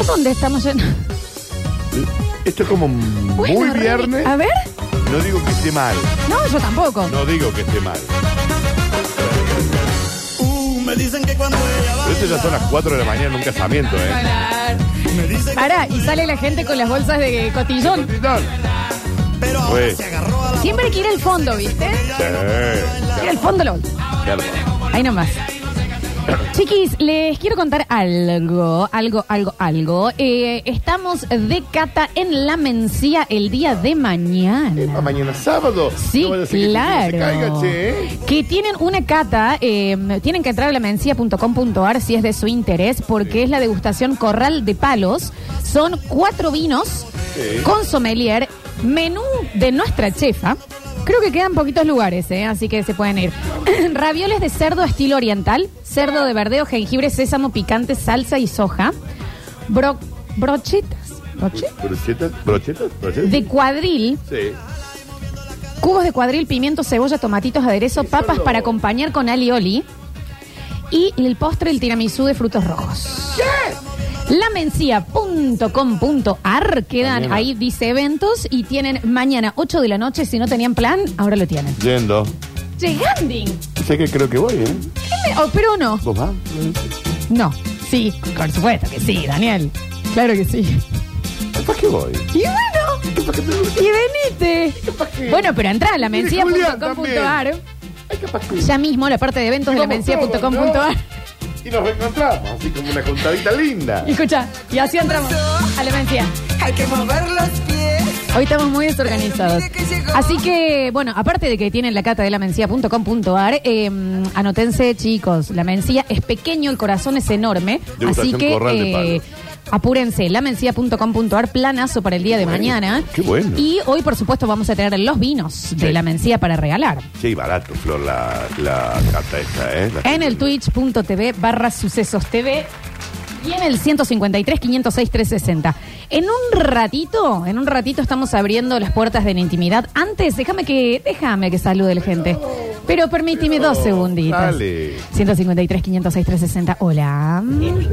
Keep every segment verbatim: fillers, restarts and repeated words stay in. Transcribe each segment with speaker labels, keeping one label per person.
Speaker 1: ¿Por dónde estamos yendo?
Speaker 2: Esto es como
Speaker 1: Bueno,
Speaker 2: muy
Speaker 1: Remy,
Speaker 2: viernes.
Speaker 1: a ver.
Speaker 2: No digo que esté mal.
Speaker 1: No, yo tampoco.
Speaker 2: No digo que esté mal.
Speaker 3: Uh, me dicen que cuando ella
Speaker 2: Pero esto ya son las cuatro de la mañana en un casamiento, ¿eh?
Speaker 1: Parar.
Speaker 3: me dice
Speaker 1: Pará, y sale la gente con las bolsas de cotillón.
Speaker 3: pero ahora
Speaker 2: Pues.
Speaker 3: se agarró a la
Speaker 1: Siempre hay que ir al fondo, ¿viste?
Speaker 2: Sí.
Speaker 1: Ir al fondo la bolsa.
Speaker 2: Qué hermoso.
Speaker 1: Ahí nomás. Chiquis, les quiero contar algo, algo, algo, algo. Eh, estamos de cata en La Mencía el día de
Speaker 2: Ah,
Speaker 1: mañana.
Speaker 2: mañana sábado.
Speaker 1: Sí,
Speaker 2: No vaya a ser que
Speaker 1: claro.
Speaker 2: se caiga, che, ¿eh?
Speaker 1: Que tienen una cata, eh, tienen que entrar a la mencía punto com punto ar si es de su interés, porque
Speaker 2: Sí.
Speaker 1: es la degustación Corral de Palos. Son cuatro vinos
Speaker 2: Sí.
Speaker 1: con sommelier, menú de nuestra chefa. Creo que quedan poquitos lugares, ¿eh? Así que se pueden ir. Ravioles de cerdo estilo oriental, cerdo de verdeo, jengibre, sésamo, picante, salsa y soja. Bro- brochetas, ¿brochetas?
Speaker 2: ¿Brochetas? ¿Brochetas? ¿Brochetas?
Speaker 1: De cuadril,
Speaker 2: Sí.
Speaker 1: cubos de cuadril, pimiento, cebolla, tomatitos, aderezo,
Speaker 2: Y
Speaker 1: papas
Speaker 2: solo-
Speaker 1: para acompañar con alioli. Y el postre, el tiramisú de frutos rojos. La mencía punto com punto ar, quedan
Speaker 2: Mañana.
Speaker 1: ahí, dice eventos, y tienen mañana ocho de la noche. Si no tenían plan, ahora lo tienen.
Speaker 2: Yendo.
Speaker 1: Lleganding.
Speaker 2: Sé que creo que voy, ¿eh?
Speaker 1: ¿Qué me- oh, pero no.
Speaker 2: ¿Vos vas?
Speaker 1: No. Sí, por supuesto que sí, Daniel. Claro que sí.
Speaker 2: ¿Para qué voy?
Speaker 1: Y bueno, y venite. Bueno, pero entra a la mencía punto com punto ar.
Speaker 2: Ay, capaz que-
Speaker 1: Ya mismo la parte de eventos de la
Speaker 2: Vamos
Speaker 1: mencía punto com
Speaker 2: todos,
Speaker 1: punto
Speaker 2: ¿no?
Speaker 1: ar.
Speaker 2: Y nos reencontramos, así como una contadita linda.
Speaker 1: Y escucha, y así entramos a la mencía.
Speaker 4: Hay que mover los pies.
Speaker 1: Hoy estamos muy desorganizados. Así que, bueno, aparte de que tienen la cata de la mencía punto com punto ar, eh, anotense, chicos, la mencía es pequeño, el corazón es enorme.
Speaker 2: Degustación
Speaker 1: Así que
Speaker 2: Corral de
Speaker 1: eh,
Speaker 2: Palos.
Speaker 1: apúrense, la mencía punto com punto ar, planazo para el día de
Speaker 2: Bueno,
Speaker 1: mañana.
Speaker 2: qué bueno.
Speaker 1: Y hoy, por supuesto, vamos a tener los vinos de
Speaker 2: Sí.
Speaker 1: la mencía para regalar.
Speaker 2: Sí, barato, Flor, la, la carta esta, ¿eh? La-
Speaker 1: En el twitch.tv barra sucesos TV y en el ciento cincuenta y tres, quinientos seis, trescientos sesenta. En un ratito, en un ratito estamos abriendo las puertas de la intimidad. Antes, déjame que, déjame que salude la gente. Pero permíteme dos segunditos.
Speaker 2: Dale.
Speaker 1: ciento cincuenta y tres, quinientos seis, trescientos sesenta. Hola.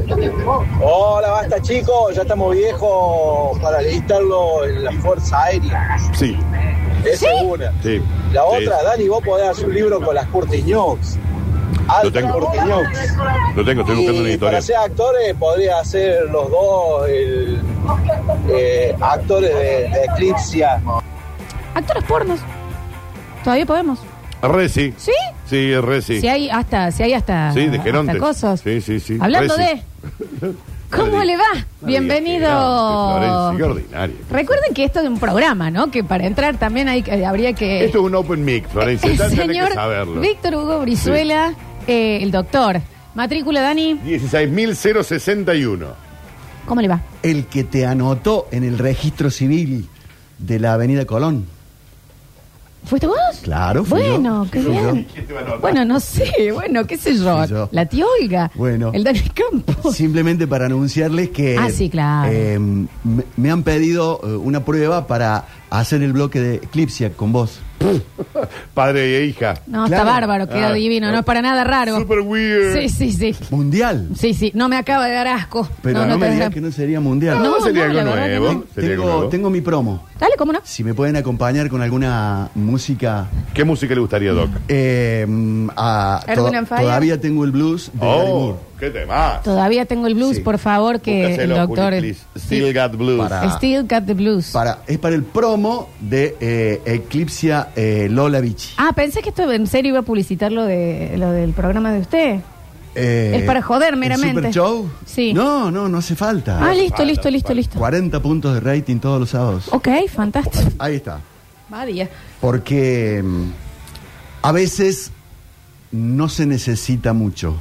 Speaker 5: Hola, basta chicos, ya estamos viejos para alistarlo en la Fuerza Aérea.
Speaker 2: Sí,
Speaker 5: Esa es una.
Speaker 2: sí.
Speaker 5: La
Speaker 2: Sí.
Speaker 5: otra, Dani, vos podés hacer un libro con las Curtis News.
Speaker 2: Lo tengo.
Speaker 5: Curtis News.
Speaker 2: Lo tengo, estoy buscando una
Speaker 5: Y para
Speaker 2: editorial.
Speaker 5: ser actores podría hacer los dos el, eh, actores de, de Eclipsia.
Speaker 1: Actores pornos. Todavía podemos.
Speaker 2: Re sí.
Speaker 1: ¿Sí?
Speaker 2: Sí, re sí.
Speaker 1: Si hay hasta, si hay hasta,
Speaker 2: Sí, de Gerontes.
Speaker 1: hasta cosas.
Speaker 2: Sí, sí, sí.
Speaker 1: Hablando
Speaker 2: Re sí.
Speaker 1: de. ¿Cómo le va?
Speaker 2: No
Speaker 1: Bienvenido.
Speaker 2: digas que no, Florencia, qué ordinario.
Speaker 1: Recuerden que esto es un programa, ¿no? Que para entrar también hay, que- habría que...
Speaker 2: Esto es un open mic, Florencia.
Speaker 1: el
Speaker 2: ya tenés
Speaker 1: señor
Speaker 2: que saberlo.
Speaker 1: Víctor Hugo Brizuela, eh, el doctor. Matrícula, Dani.
Speaker 2: dieciséis mil sesenta y uno.
Speaker 1: ¿Cómo le va?
Speaker 6: El que te anotó en el registro civil de la Avenida Colón.
Speaker 1: ¿Fuiste vos?
Speaker 6: Claro, fui
Speaker 1: Bueno,
Speaker 6: yo.
Speaker 1: qué
Speaker 6: Fui
Speaker 1: bien.
Speaker 2: ¿Quién te va a anotar?
Speaker 1: Bueno, no sé, bueno, qué sé yo.
Speaker 6: Fui yo.
Speaker 1: La tía Olga.
Speaker 6: Bueno.
Speaker 1: El Dani Campos.
Speaker 6: Simplemente para anunciarles que
Speaker 1: Ah, sí, claro.
Speaker 6: eh, me, me han pedido eh, una prueba para hacer el bloque de Eclipsia con vos.
Speaker 2: Padre e hija.
Speaker 1: No,
Speaker 6: Claro.
Speaker 1: está bárbaro, queda
Speaker 2: Ah,
Speaker 1: divino, no es para nada raro.
Speaker 2: Super weird.
Speaker 1: Sí, sí, sí.
Speaker 6: Mundial.
Speaker 1: Sí, sí, no me acaba de dar asco.
Speaker 6: Pero
Speaker 1: no,
Speaker 6: no,
Speaker 1: no
Speaker 6: me
Speaker 1: te-
Speaker 6: digas que no sería mundial.
Speaker 1: No,
Speaker 2: No, sería
Speaker 1: no, la
Speaker 2: algo
Speaker 1: verdad que
Speaker 2: nuevo.
Speaker 1: no.
Speaker 2: Sería algo
Speaker 6: tengo,
Speaker 2: nuevo.
Speaker 6: tengo mi promo.
Speaker 1: Dale, ¿cómo no?
Speaker 6: Si me pueden acompañar con alguna música.
Speaker 2: ¿Qué música le gustaría, Doc?
Speaker 6: eh, a-
Speaker 1: Earth,
Speaker 6: to-
Speaker 1: Wind and Fire.
Speaker 6: todavía tengo el blues de Gary
Speaker 2: Oh,
Speaker 6: Moore.
Speaker 2: qué tema.
Speaker 1: Todavía tengo el blues,
Speaker 6: Sí.
Speaker 1: por favor, que el doctor...
Speaker 2: Still got blues.
Speaker 6: Para-
Speaker 1: Still got the blues.
Speaker 6: Para, es para el promo de eh, Eclipsia eh, Lola Beach.
Speaker 1: Ah, pensé que esto en serio iba a publicitar lo, de, lo del programa de usted.
Speaker 6: Eh,
Speaker 1: Es para joder,
Speaker 6: ¿el
Speaker 1: meramente.
Speaker 6: Super Show?
Speaker 1: Sí.
Speaker 6: No, no, no hace falta.
Speaker 1: Ah, listo,
Speaker 2: para,
Speaker 1: listo, listo,
Speaker 2: para.
Speaker 1: listo.
Speaker 6: cuarenta puntos de rating todos los sábados.
Speaker 1: Ok, fantástico.
Speaker 6: Ahí está.
Speaker 1: Vaya.
Speaker 6: Porque mm, a veces no se necesita mucho.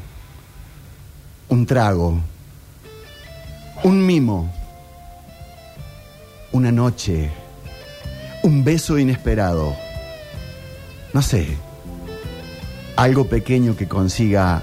Speaker 6: Un trago, un mimo, una noche, un beso inesperado. No sé, algo pequeño que consiga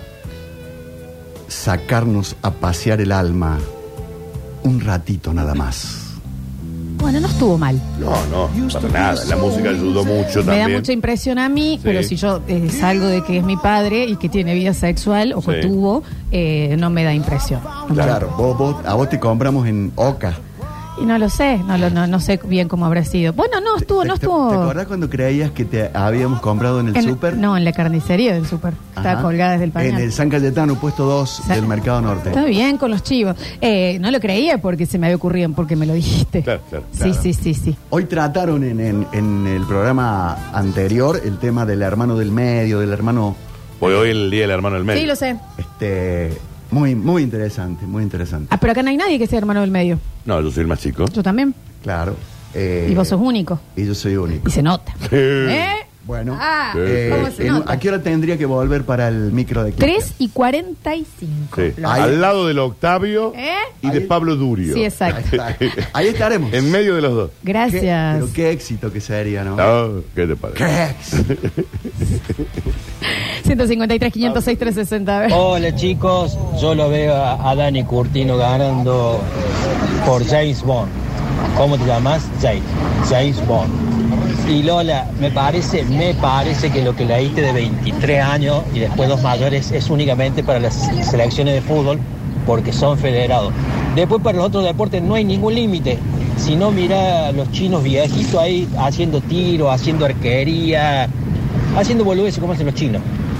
Speaker 6: sacarnos a pasear el alma un ratito nada más.
Speaker 1: Bueno, no estuvo mal.
Speaker 2: No, no, para nada. La música ayudó mucho
Speaker 1: Me da
Speaker 2: también.
Speaker 1: mucha impresión a mí,
Speaker 2: Sí.
Speaker 1: pero si yo eh, salgo de que es mi padre y que tiene vida sexual o que
Speaker 2: Sí.
Speaker 1: tuvo, eh, no me da impresión. No me da-
Speaker 6: Claro, vos, vos- a vos te compramos en Oca.
Speaker 1: Y no lo sé, no, lo, no, no sé bien cómo habrá sido. Bueno, no estuvo,
Speaker 6: ¿Te,
Speaker 1: no
Speaker 6: te-
Speaker 1: estuvo.
Speaker 6: ¿Te acordás cuando creías que te habíamos comprado en el
Speaker 1: en-
Speaker 6: súper?
Speaker 1: No, en la carnicería del súper. Estaba
Speaker 6: Ajá.
Speaker 1: colgada desde el pañal.
Speaker 6: En el San Cayetano, puesto dos
Speaker 1: O sea,
Speaker 6: del Mercado Norte.
Speaker 1: Está bien con los chivos. Eh, no lo creía porque se me había ocurrido, porque me lo dijiste.
Speaker 2: Claro, claro,
Speaker 1: Sí,
Speaker 6: claro.
Speaker 1: sí, sí, sí.
Speaker 6: Hoy trataron en, en- en el programa anterior el tema del hermano del medio, del hermano...
Speaker 2: Porque hoy es el día del hermano del medio.
Speaker 1: Sí, lo sé.
Speaker 6: Este, muy, muy interesante, muy interesante.
Speaker 1: Ah, pero acá no hay nadie que sea hermano del medio.
Speaker 2: No, yo soy el más chico.
Speaker 1: Yo también.
Speaker 6: Claro. eh,
Speaker 1: Y vos sos único.
Speaker 6: Y yo soy único.
Speaker 1: Y se nota.
Speaker 2: Sí.
Speaker 1: ¿Eh?
Speaker 6: Bueno,
Speaker 1: Ah,
Speaker 6: eh,
Speaker 1: ¿cómo se
Speaker 6: en-
Speaker 1: nota?
Speaker 6: ¿a qué hora tendría que volver para el micro de Eclipse?
Speaker 1: tres y cuarenta y cinco.
Speaker 2: Sí.
Speaker 6: Ahí-
Speaker 2: Al lado del Octavio
Speaker 1: ¿Eh?
Speaker 2: y de
Speaker 6: Ahí-
Speaker 2: Pablo Durio.
Speaker 1: Sí, exacto.
Speaker 6: Ahí, está. Ahí estaremos.
Speaker 2: En medio de los dos.
Speaker 6: Qué-
Speaker 1: Gracias.
Speaker 6: pero qué éxito que sería, ¿no?
Speaker 2: No, ¿qué te parece?
Speaker 6: ¡Qué éxito!
Speaker 1: ciento cincuenta y tres, quinientos seis, trescientos sesenta. A ver.
Speaker 7: Hola chicos, yo lo veo a, a Dani Curtino ganando por James Bond. ¿Cómo te llamas? James. James Bond. Y Lola, me parece, me parece que lo que leíste de veintitrés años y después dos mayores es únicamente para las selecciones de fútbol porque son federados. Después para los otros deportes no hay ningún límite. Si no, mira a los chinos viejitos ahí haciendo tiro, haciendo arquería, haciendo boludeces como hacen los chinos.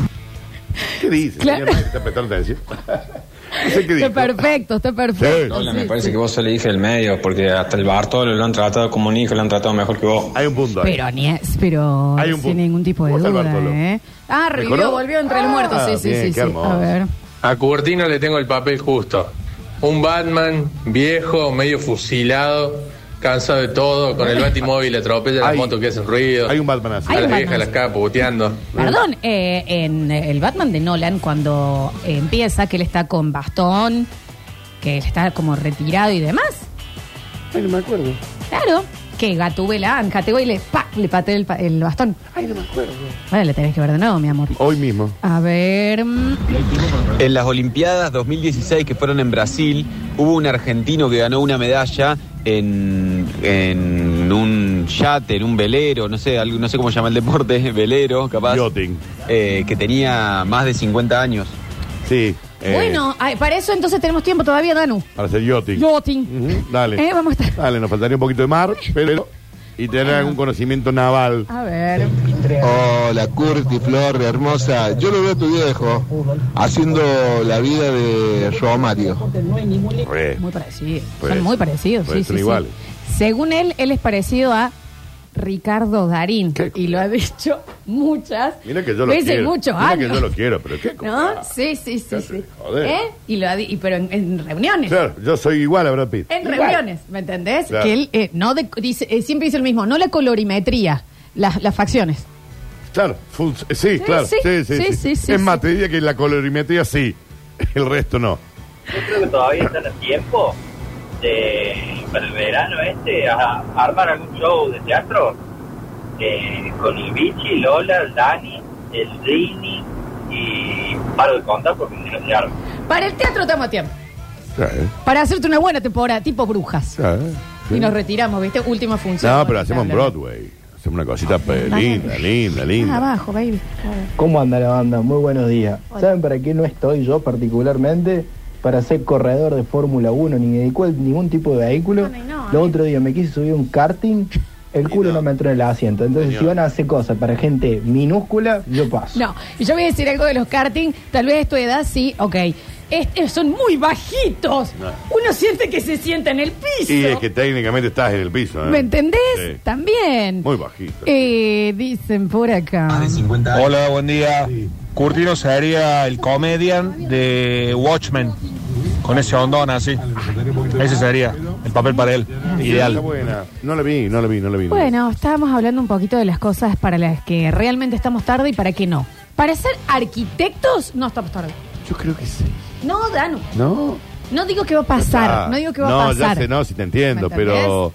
Speaker 2: ¿Qué dices?
Speaker 1: Claro.
Speaker 2: ¿Está prestando atención? No sé qué dijo.
Speaker 1: Está perfecto, está perfecto.
Speaker 2: Sí.
Speaker 8: Lola, me
Speaker 1: Sí,
Speaker 8: parece
Speaker 1: sí.
Speaker 8: que vos sos el hijo del medio, porque hasta el Bartolo lo han tratado como un hijo, lo han tratado mejor que vos.
Speaker 2: Hay un punto ahí.
Speaker 1: Pero ni es, pero
Speaker 2: Hay un
Speaker 1: sin
Speaker 2: punto.
Speaker 1: ningún tipo de
Speaker 2: ¿Cómo está el
Speaker 1: duda,
Speaker 2: Bartolo?
Speaker 1: ¿eh? Ah, revivió,
Speaker 2: ¿Mejoró?
Speaker 1: volvió entre los muertos. Sí,
Speaker 2: Ah,
Speaker 1: sí,
Speaker 2: bien,
Speaker 1: sí,
Speaker 2: qué
Speaker 1: sí.
Speaker 2: hermoso.
Speaker 1: A ver.
Speaker 9: A Curtino le tengo el papel justo. Un Batman viejo, medio fusilado, cansado de todo, con el batimóvil atropella las
Speaker 2: Hay-
Speaker 9: motos que hacen ruido.
Speaker 2: Hay un Batman así.
Speaker 1: Hay
Speaker 9: A
Speaker 1: un
Speaker 9: las
Speaker 1: Batman
Speaker 9: viejas las
Speaker 1: así.
Speaker 9: caga puteando.
Speaker 1: Perdón, eh, en el Batman de Nolan, cuando eh, empieza, que él está con bastón, que él está como retirado y demás.
Speaker 2: Ay, no me acuerdo.
Speaker 1: Claro, que Gatúbela, Anjateo y le, pa, le patea el, pa- el bastón.
Speaker 2: Ay, no me acuerdo.
Speaker 1: Bueno, le tenés que ver de nuevo, mi amor.
Speaker 2: Hoy mismo.
Speaker 1: A ver. mm,
Speaker 10: En las Olimpiadas dos mil dieciséis que fueron en Brasil, hubo un argentino que ganó una medalla en, en un yate, en un velero, no sé, algo- no sé cómo se llama el deporte, velero, capaz,
Speaker 2: Yachting.
Speaker 10: eh, que tenía más de cincuenta años.
Speaker 2: Sí. eh,
Speaker 1: Bueno, ay, para eso entonces tenemos tiempo todavía, Danu.
Speaker 2: Para hacer yachting.
Speaker 1: Yachting.
Speaker 2: Ujú, Dale.
Speaker 1: Eh, vamos a estar.
Speaker 2: Dale, nos faltaría un poquito de mar, pero. Y tener algún conocimiento naval.
Speaker 1: A ver.
Speaker 11: Hola, Curti, Flor, hermosa. Yo lo veo a tu viejo haciendo la vida de Romario.
Speaker 2: Re.
Speaker 1: Muy parecido.
Speaker 2: Pues,
Speaker 1: Son muy parecidos,
Speaker 2: pues
Speaker 1: sí,
Speaker 2: son
Speaker 1: sí,
Speaker 2: iguales.
Speaker 1: sí. Según él, él es parecido a Ricardo Darín.
Speaker 2: ¿Qué?
Speaker 1: Y lo ha dicho muchas
Speaker 2: Mira que yo lo
Speaker 1: veces,
Speaker 2: quiero.
Speaker 1: muchos
Speaker 2: Mira
Speaker 1: años.
Speaker 2: que yo lo quiero, pero qué
Speaker 1: ¿No?
Speaker 2: cosa.
Speaker 1: Sí, sí, sí, sí.
Speaker 2: Joder.
Speaker 1: ¿Eh? Y lo ha di- y, pero en, en reuniones.
Speaker 2: Claro, yo soy igual a Brad Pitt.
Speaker 1: En
Speaker 2: Igual.
Speaker 1: reuniones, ¿me entendés?
Speaker 2: Claro.
Speaker 1: Que él eh, no de- dice, eh, siempre dice lo mismo, no la colorimetría, las, las facciones.
Speaker 2: Claro, full- sí, claro.
Speaker 1: sí,
Speaker 2: Sí, sí,
Speaker 1: sí,
Speaker 2: sí.
Speaker 1: sí, sí,
Speaker 2: es
Speaker 1: sí.
Speaker 2: más, te diría que la colorimetría sí, el resto no.
Speaker 5: Yo creo que todavía están a tiempo de, para el verano este, a, a armar algún show de teatro eh, con el Vichy, Lola, el Dani, el Rini y paro de contar porque si no se arma.
Speaker 1: Para el teatro estamos a tiempo.
Speaker 2: Sí,
Speaker 1: Para hacerte una buena temporada, tipo brujas.
Speaker 2: sí, sí.
Speaker 1: Y nos retiramos, ¿viste? Última función.
Speaker 2: No, pero hacemos en
Speaker 1: Lamentable.
Speaker 2: Broadway. Hacemos una cosita pe-
Speaker 1: Más
Speaker 2: linda,
Speaker 1: abajo.
Speaker 2: linda,
Speaker 1: Más
Speaker 2: linda.
Speaker 1: abajo, baby. A ver.
Speaker 7: ¿Cómo anda la banda? Muy buenos días. ¿Saben para qué no estoy yo particularmente? Para ser corredor de Fórmula uno, ni de cual- ningún tipo de vehículo.
Speaker 1: No, no, no,
Speaker 7: Lo
Speaker 1: eh.
Speaker 7: otro día me quise subir un karting, el culo no me entró en el asiento. Entonces,
Speaker 2: Señor.
Speaker 7: si van a hacer cosas para gente minúscula, yo paso.
Speaker 1: No, y yo voy a decir algo de los karting, tal vez tu edad sí, ok. Este, son muy bajitos.
Speaker 2: No.
Speaker 1: Uno siente que se sienta en el piso.
Speaker 2: Y es que técnicamente estás en el piso. ¿eh?
Speaker 1: ¿Me entendés?
Speaker 2: Sí.
Speaker 1: También.
Speaker 2: Muy bajito.
Speaker 1: Eh, dicen por acá.
Speaker 10: Más de cincuenta años.
Speaker 11: Hola, buen día. Curtino sería el comedian de Watchmen. Con ese hondón así. Ese sería el papel para él.
Speaker 2: Está
Speaker 11: Ideal.
Speaker 2: buena. No la vi, no la vi, no la vi.
Speaker 1: Bueno, estábamos hablando un poquito de las cosas para las que realmente estamos tarde y para qué no. Para ser arquitectos, no estamos tarde.
Speaker 2: Yo creo que sí.
Speaker 1: No, Danu.
Speaker 2: No.
Speaker 1: No digo que va a pasar.
Speaker 2: Ah,
Speaker 1: No digo que va
Speaker 2: no,
Speaker 1: a pasar.
Speaker 2: ya sé, no, si te entiendo,
Speaker 1: ¿Me
Speaker 2: pero.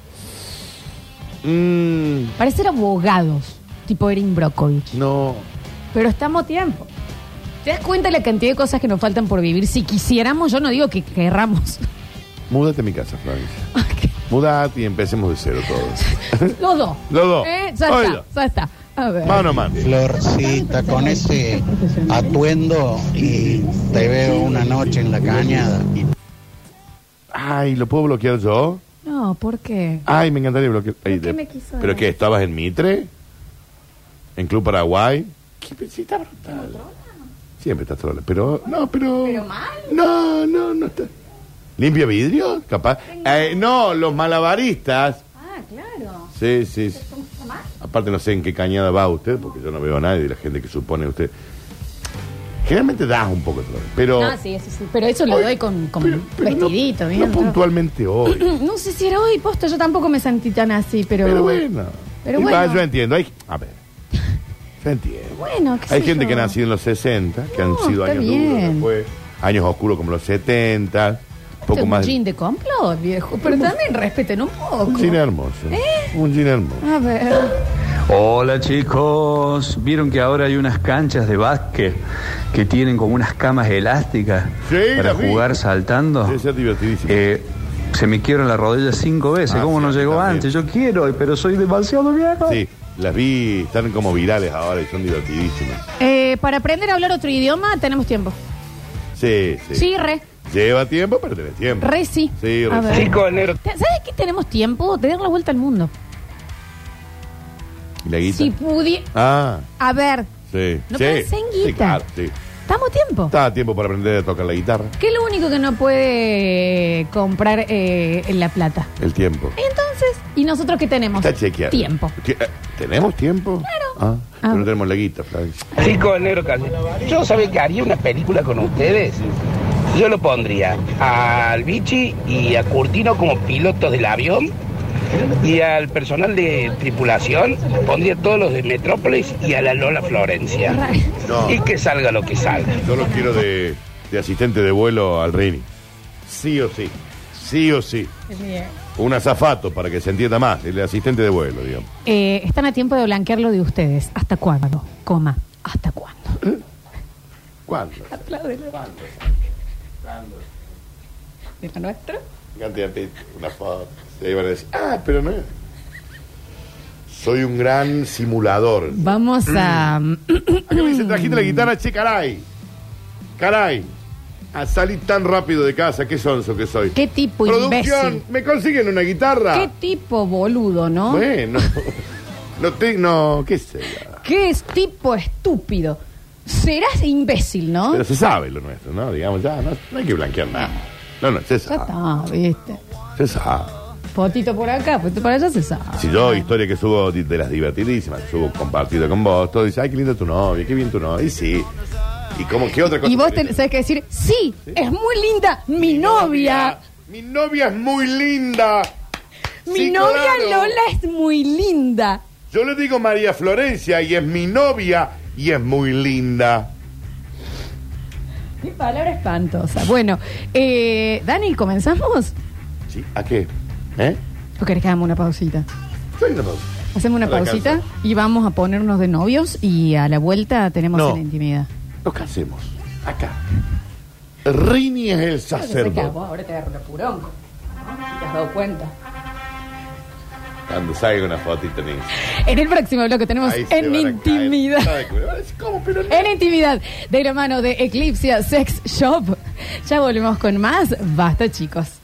Speaker 2: Mm,
Speaker 1: Para ser abogados, tipo Erin Brockovich.
Speaker 2: no.
Speaker 1: Pero estamos a tiempo. ¿Te das cuenta de la cantidad de cosas que nos faltan por vivir? Si quisiéramos, yo no digo que querramos.
Speaker 2: Múdate a mi casa, Florencia. Mudate y empecemos de cero todos.
Speaker 1: Los dos.
Speaker 2: Los dos.
Speaker 1: Eh, ya
Speaker 2: Oiga.
Speaker 1: está, ya está. A ver.
Speaker 2: Mano a mano.
Speaker 12: Florcita, con ese atuendo y te veo una noche en la cañada.
Speaker 2: Ay, ¿lo puedo bloquear yo?
Speaker 1: No, ¿por qué?
Speaker 2: Ay, me encantaría bloquear. Ay,
Speaker 1: ¿Por qué
Speaker 2: de-
Speaker 1: me quiso
Speaker 2: ¿Pero
Speaker 1: dar?
Speaker 2: qué? ¿Estabas en Mitre? ¿En Club Paraguay? ¿Qué pesita brutal? Siempre estás trola, pero... No, pero...
Speaker 1: ¿Pero mal?
Speaker 2: No, no, no está... ¿Limpia vidrio? Capaz. Eh, no, los malabaristas.
Speaker 1: Ah, claro.
Speaker 2: Sí, sí. sí. Aparte no sé en qué cañada va usted, porque yo no veo a nadie de la gente que supone usted. Generalmente das un poco de trola, pero...
Speaker 1: Ah, sí, eso sí. Pero eso lo doy con, con vestidito,
Speaker 2: no,
Speaker 1: bien.
Speaker 2: no puntualmente hoy.
Speaker 1: No sé si era hoy, posta, yo tampoco me sentí tan así, pero...
Speaker 2: Pero bueno.
Speaker 1: Pero
Speaker 2: Y
Speaker 1: bueno.
Speaker 2: va, yo entiendo. Hay, a ver. Yo entiendo.
Speaker 1: Bueno, qué
Speaker 2: Hay
Speaker 1: sé
Speaker 2: gente
Speaker 1: yo.
Speaker 2: que ha nacido en los sesenta, que han
Speaker 1: No,
Speaker 2: sido
Speaker 1: está
Speaker 2: años
Speaker 1: bien.
Speaker 2: duros después, años oscuros como los setenta, un poco
Speaker 1: un
Speaker 2: más.
Speaker 1: jean de complot, viejo. Pero también respeten un poco.
Speaker 2: Un jean hermoso.
Speaker 1: ¿Eh?
Speaker 2: Un jean hermoso.
Speaker 1: A ver.
Speaker 13: Hola chicos, vieron que ahora hay unas canchas de básquet que tienen como unas camas elásticas
Speaker 2: Sí,
Speaker 13: para
Speaker 2: las vi.
Speaker 13: jugar saltando.
Speaker 2: Sí, es divertidísimo.
Speaker 13: Eh, se me quiebran la rodilla cinco veces,
Speaker 2: Ah,
Speaker 13: ¿cómo
Speaker 2: sí,
Speaker 13: no llegó
Speaker 2: también.
Speaker 13: antes? Yo quiero, pero soy demasiado viejo.
Speaker 2: Sí, las vi, están como virales ahora y son divertidísimas.
Speaker 1: Eh, para aprender a hablar otro idioma tenemos tiempo.
Speaker 2: Sí, sí.
Speaker 1: Sí, re.
Speaker 2: Lleva tiempo, pero tenés tiempo.
Speaker 1: Re sí.
Speaker 2: Sí,
Speaker 1: A
Speaker 2: re
Speaker 1: ver.
Speaker 2: sí.
Speaker 1: ¿Sabes qué tenemos tiempo? De dar la vuelta al mundo.
Speaker 2: ¿Y la guita?
Speaker 1: Si pudiera...
Speaker 2: Ah,
Speaker 1: A ver,
Speaker 2: sí.
Speaker 1: No
Speaker 2: sí.
Speaker 1: pensé en
Speaker 2: Sí,
Speaker 1: guita.
Speaker 2: claro, sí.
Speaker 1: estamos a tiempo.
Speaker 2: Está a tiempo para aprender a tocar la guitarra.
Speaker 1: ¿Qué es lo único que no puede comprar eh, en la plata?
Speaker 2: El tiempo.
Speaker 1: Entonces, ¿y nosotros qué tenemos?
Speaker 2: Está chequeado.
Speaker 1: Tiempo.
Speaker 2: ¿Qué? Eh, ¿Tenemos tiempo? Claro. Ah, pero no tenemos la guita, Florencia.
Speaker 14: Chico del negro casi. Yo sabía que haría una película con ustedes. Yo lo pondría al Vichy y a Curtino como pilotos del avión. Y al personal de tripulación pondría todos los de Metrópolis y a la Lola Florencia.
Speaker 2: No.
Speaker 14: Y que salga lo que salga.
Speaker 2: Yo lo quiero de, de asistente de vuelo al Rini. Sí o sí. Sí o sí. Un azafato para que se entienda más. El asistente de vuelo, digamos.
Speaker 1: Eh, están a tiempo de blanquearlo de ustedes. ¿Hasta cuándo? Coma. ¿Hasta cuándo?
Speaker 2: ¿Cuándo?
Speaker 1: Apláudelo.
Speaker 2: ¿Cuándo? ¿Cuándo?
Speaker 1: ¿De la nuestra?
Speaker 2: Cantidad de una foto. Se iban a decir, ah, pero no. Soy un gran simulador.
Speaker 1: Vamos a...
Speaker 2: Acá me dice, trajiste la guitarra, che, caray. Caray. A salir tan rápido de casa, qué sonso que soy.
Speaker 1: ¿Qué tipo
Speaker 2: Producción,
Speaker 1: imbécil?
Speaker 2: ¿me consiguen una guitarra?
Speaker 1: ¿Qué tipo boludo, no?
Speaker 2: Bueno, no te, no, qué sé.
Speaker 1: ¿Qué es tipo estúpido? Serás imbécil, ¿no?
Speaker 2: Pero se sabe lo nuestro, ¿no? Digamos, ya, no, no hay que blanquear nada. No, no, se
Speaker 1: Ya
Speaker 2: sabe.
Speaker 1: está, viste.
Speaker 2: Se sabe.
Speaker 1: Fotito por acá, fotito por allá, se sabe.
Speaker 2: Si yo, historia que subo de de las divertidísimas, que subo compartida con vos, todo dice, ay, qué linda tu novia, qué bien tu novia. Y sí. ¿Y cómo qué otra cosa?
Speaker 1: Y vos tenés que decir, sí, es muy linda mi novia.
Speaker 2: Mi novia es muy linda.
Speaker 1: Mi
Speaker 2: Sí,
Speaker 1: novia
Speaker 2: claro.
Speaker 1: Lola es muy linda.
Speaker 2: Yo le digo María Florencia y es mi novia y es muy linda.
Speaker 1: Qué palabra espantosa. Bueno, eh, Dani, ¿comenzamos?
Speaker 2: ¿Sí? ¿A qué? ¿Eh?
Speaker 1: ¿O querés que hagamos una pausita?
Speaker 2: Soy una pausa.
Speaker 1: Hacemos una
Speaker 2: No la
Speaker 1: pausita
Speaker 2: alcanza.
Speaker 1: y vamos a ponernos de novios y a la vuelta tenemos
Speaker 2: No.
Speaker 1: la intimidad.
Speaker 2: Nos casemos. Acá. Rini es el
Speaker 1: Yo sé que
Speaker 2: sacerdote.
Speaker 1: vos ahora te agarro la puronco. ¿Te has dado cuenta?
Speaker 2: Cuando salga una fotita, ni.
Speaker 1: En el próximo bloque tenemos
Speaker 2: Ahí se
Speaker 1: en
Speaker 2: van a
Speaker 1: intimidad.
Speaker 2: caer. ¿Sabe qué? Van a decir, ¿cómo? Pero no.
Speaker 1: En intimidad, de la mano de Eclipse Sex Shop. Ya volvemos con más. Basta, chicos.